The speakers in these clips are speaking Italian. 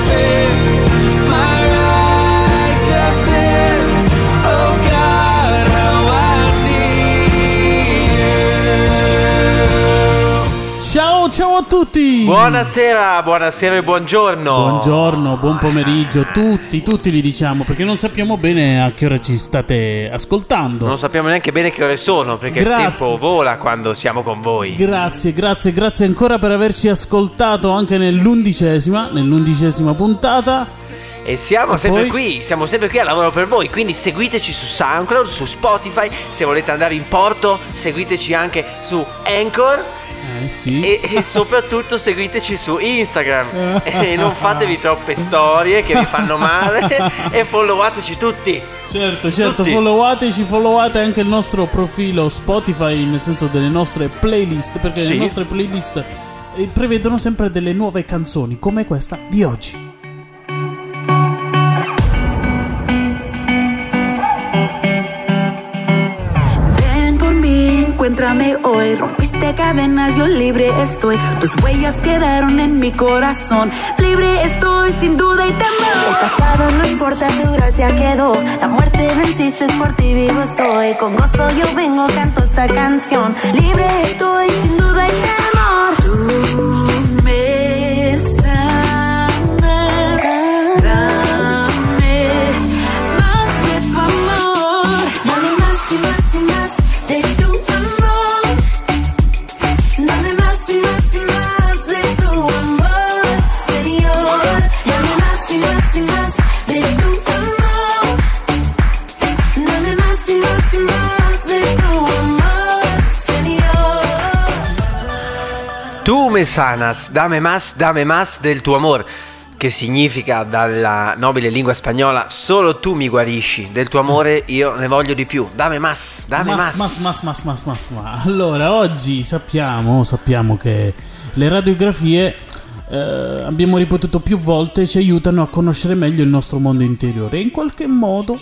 defense, my righteousness. Oh God, how I need you. Ciao a tutti! Buonasera e buongiorno. Buongiorno, buon pomeriggio, tutti li diciamo, perché non sappiamo bene a che ora ci state ascoltando. Non sappiamo neanche bene che ore sono, perché il tempo vola quando siamo con voi. Grazie ancora per averci ascoltato anche nell'undicesima puntata. E siamo sempre qui a lavoro per voi, quindi seguiteci su SoundCloud, su Spotify, se volete andare in porto seguiteci anche su Anchor. Sì. E soprattutto seguiteci su Instagram e non fatevi troppe storie che vi fanno male e followateci tutti. Certo, tutti. followate anche il nostro profilo Spotify, nel senso delle nostre playlist, perché le nostre playlist prevedono sempre delle nuove canzoni come questa di oggi. Encuéntrame hoy, rompiste cadenas, yo libre estoy. Tus huellas quedaron en mi corazón. Libre estoy, sin duda y temor. El pasado no importa, tu gracia quedó. La muerte venciste, por ti vivo estoy. Con gozo yo vengo, canto esta canción. Libre estoy, sin duda y temor. Tú me sanas, dame más de tu amor. Dame más y más y más de tu amor. Dame más y más y más de tu amor, Señor. Dame más y más y más de tu amor. Dame más y más y más de tu amor, Señor. Tu me sanas, dame más del tuo amor, che significa dalla nobile lingua spagnola solo tu mi guarisci, del tuo amore io ne voglio di più, dame más. Allora, oggi sappiamo che le radiografie, abbiamo ripetuto più volte, ci aiutano a conoscere meglio il nostro mondo interiore e in qualche modo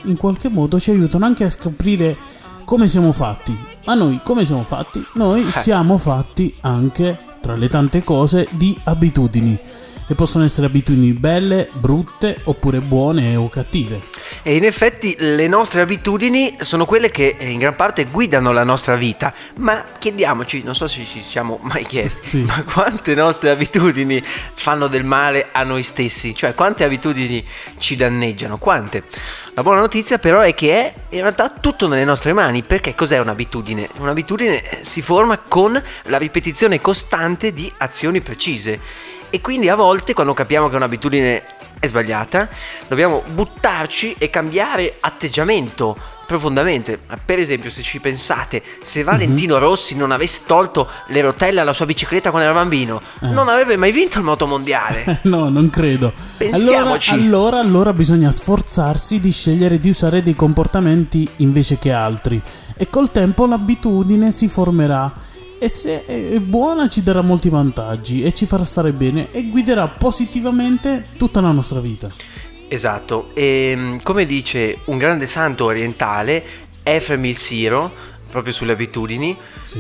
ci aiutano anche a scoprire come siamo fatti. Ma noi come siamo fatti? Noi siamo fatti anche, tra le tante cose, di abitudini. E possono essere abitudini belle, brutte, oppure buone o cattive. E in effetti le nostre abitudini sono quelle che in gran parte guidano la nostra vita. Ma chiediamoci, non so se ci siamo mai chiesti, ma quante nostre abitudini fanno del male a noi stessi? Cioè, quante abitudini ci danneggiano? Quante? La buona notizia però è che è in realtà tutto nelle nostre mani. Perché cos'è un'abitudine? Un'abitudine si forma con la ripetizione costante di azioni precise. E quindi a volte, quando capiamo che un'abitudine è sbagliata, dobbiamo buttarci e cambiare atteggiamento profondamente. Per esempio, se ci pensate, se Valentino Rossi non avesse tolto le rotelle alla sua bicicletta quando era bambino, non avrebbe mai vinto il motomondiale. No, non credo. Pensiamoci. Allora bisogna sforzarsi di scegliere di usare dei comportamenti invece che altri. E col tempo l'abitudine si formerà. E se è buona ci darà molti vantaggi e ci farà stare bene e guiderà positivamente tutta la nostra vita. Esatto, e come dice un grande santo orientale, Efrem il Siro, proprio sulle abitudini,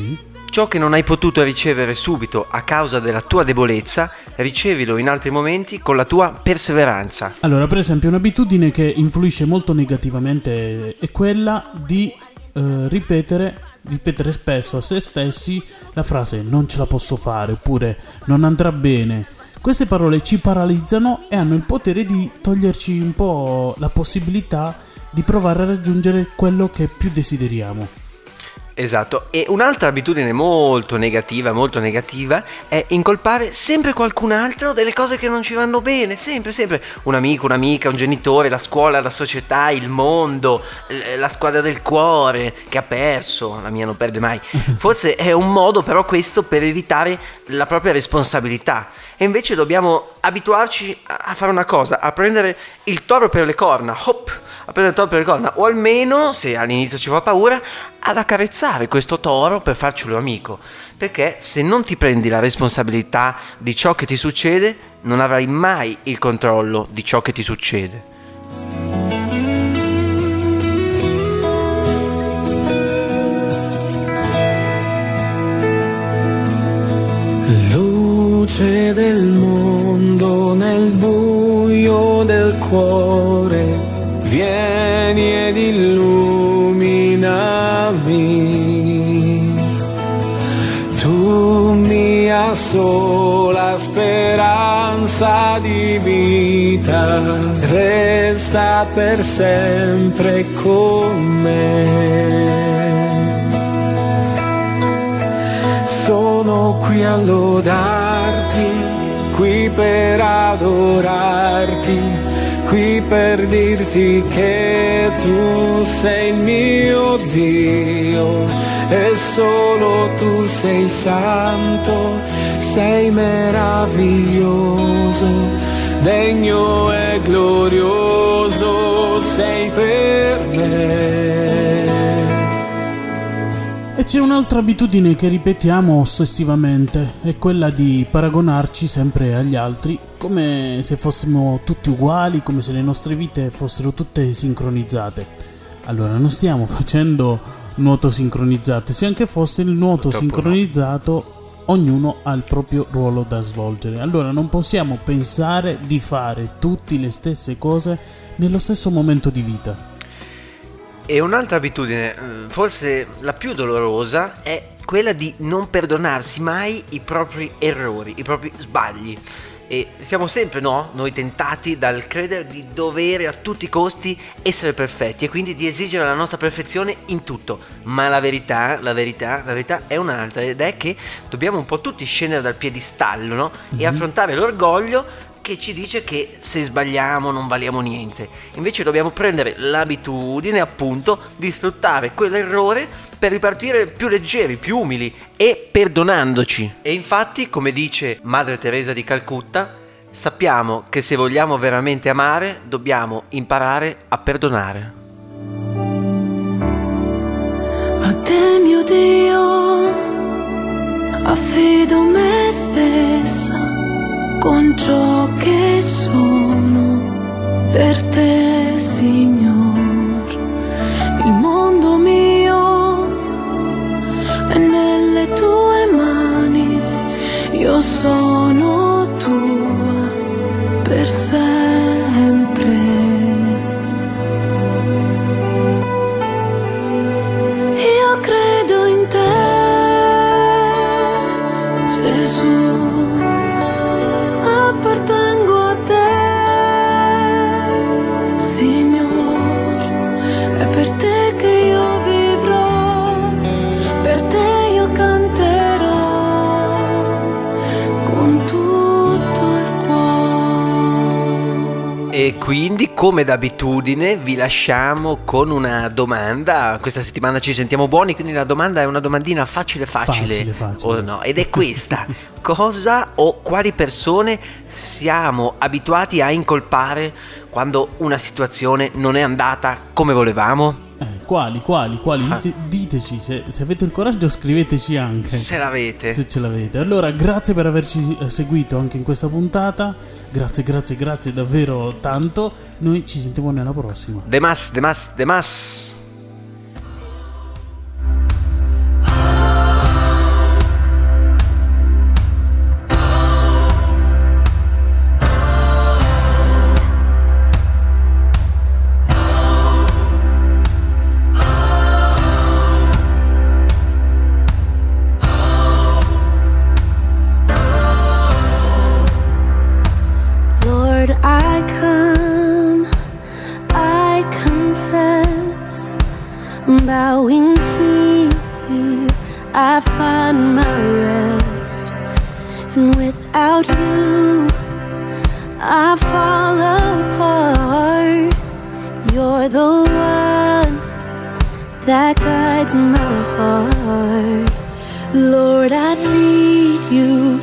ciò che non hai potuto ricevere subito a causa della tua debolezza, ricevilo in altri momenti con la tua perseveranza. Allora, per esempio, un'abitudine che influisce molto negativamente è quella di ripetere spesso a se stessi la frase non ce la posso fare oppure non andrà bene. Queste parole ci paralizzano e hanno il potere di toglierci un po' la possibilità di provare a raggiungere quello che più desideriamo. Esatto, e un'altra abitudine molto negativa è incolpare sempre qualcun altro delle cose che non ci vanno bene, sempre, un amico, un'amica, un genitore, la scuola, la società, il mondo, la squadra del cuore che ha perso, la mia non perde mai. Forse è un modo però questo per evitare la propria responsabilità e invece dobbiamo abituarci a fare una cosa, a prendere il toro per le corna, o almeno, se all'inizio ci fa paura, ad accarezzare questo toro per farcelo amico, perché se non ti prendi la responsabilità di ciò che ti succede, non avrai mai il controllo di ciò che ti succede. Luce del mondo nel buio al cuore, vieni ed illuminami. Tu mia sola speranza di vita, resta per sempre con me. Sono qui a lodarti, qui per adorarti, qui per dirti che tu sei il mio Dio e solo tu sei santo, sei meraviglioso, degno e glorioso sei per me. E c'è un'altra abitudine che ripetiamo ossessivamente, è quella di paragonarci sempre agli altri, come se fossimo tutti uguali, come se le nostre vite fossero tutte sincronizzate. Allora, non stiamo facendo nuoto sincronizzato, se anche fosse il nuoto Purtroppo sincronizzato, ognuno ha il proprio ruolo da svolgere. Allora non possiamo pensare di fare tutti le stesse cose nello stesso momento di vita. E un'altra abitudine, forse la più dolorosa, è quella di non perdonarsi mai i propri errori, i propri sbagli. E siamo sempre, no, noi tentati dal credere di dovere a tutti i costi essere perfetti e quindi di esigere la nostra perfezione in tutto. Ma la verità è un'altra, ed è che dobbiamo un po' tutti scendere dal piedistallo, no? E affrontare l'orgoglio che ci dice che se sbagliamo non valiamo niente. Invece dobbiamo prendere l'abitudine, appunto, di sfruttare quell'errore per ripartire più leggeri, più umili e perdonandoci. E infatti, come dice Madre Teresa di Calcutta, sappiamo che se vogliamo veramente amare dobbiamo imparare a perdonare. A te mio Dio affido me stessa con ciò che sono per te, Signor. Il mondo mio è nelle tue mani, io sono tua per sempre. Io credo in te, Gesù. Appartengo a te, Signor, è per te che io vivrò, per te io canterò con tutto il cuore. E quindi, come d'abitudine, vi lasciamo con una domanda. Questa settimana ci sentiamo buoni, quindi la domanda è una domandina facile. O no? Ed è questa: cosa o quali persone siamo abituati a incolpare quando una situazione non è andata come volevamo? Quali? Diteci, se avete il coraggio scriveteci anche. Se l'avete. Se ce l'avete. Allora, grazie per averci seguito anche in questa puntata. Grazie davvero tanto. Noi ci sentiamo nella prossima. De mas. Bowing here, I find my rest, and without you, I fall apart. You're the one that guides my heart. Lord, I need you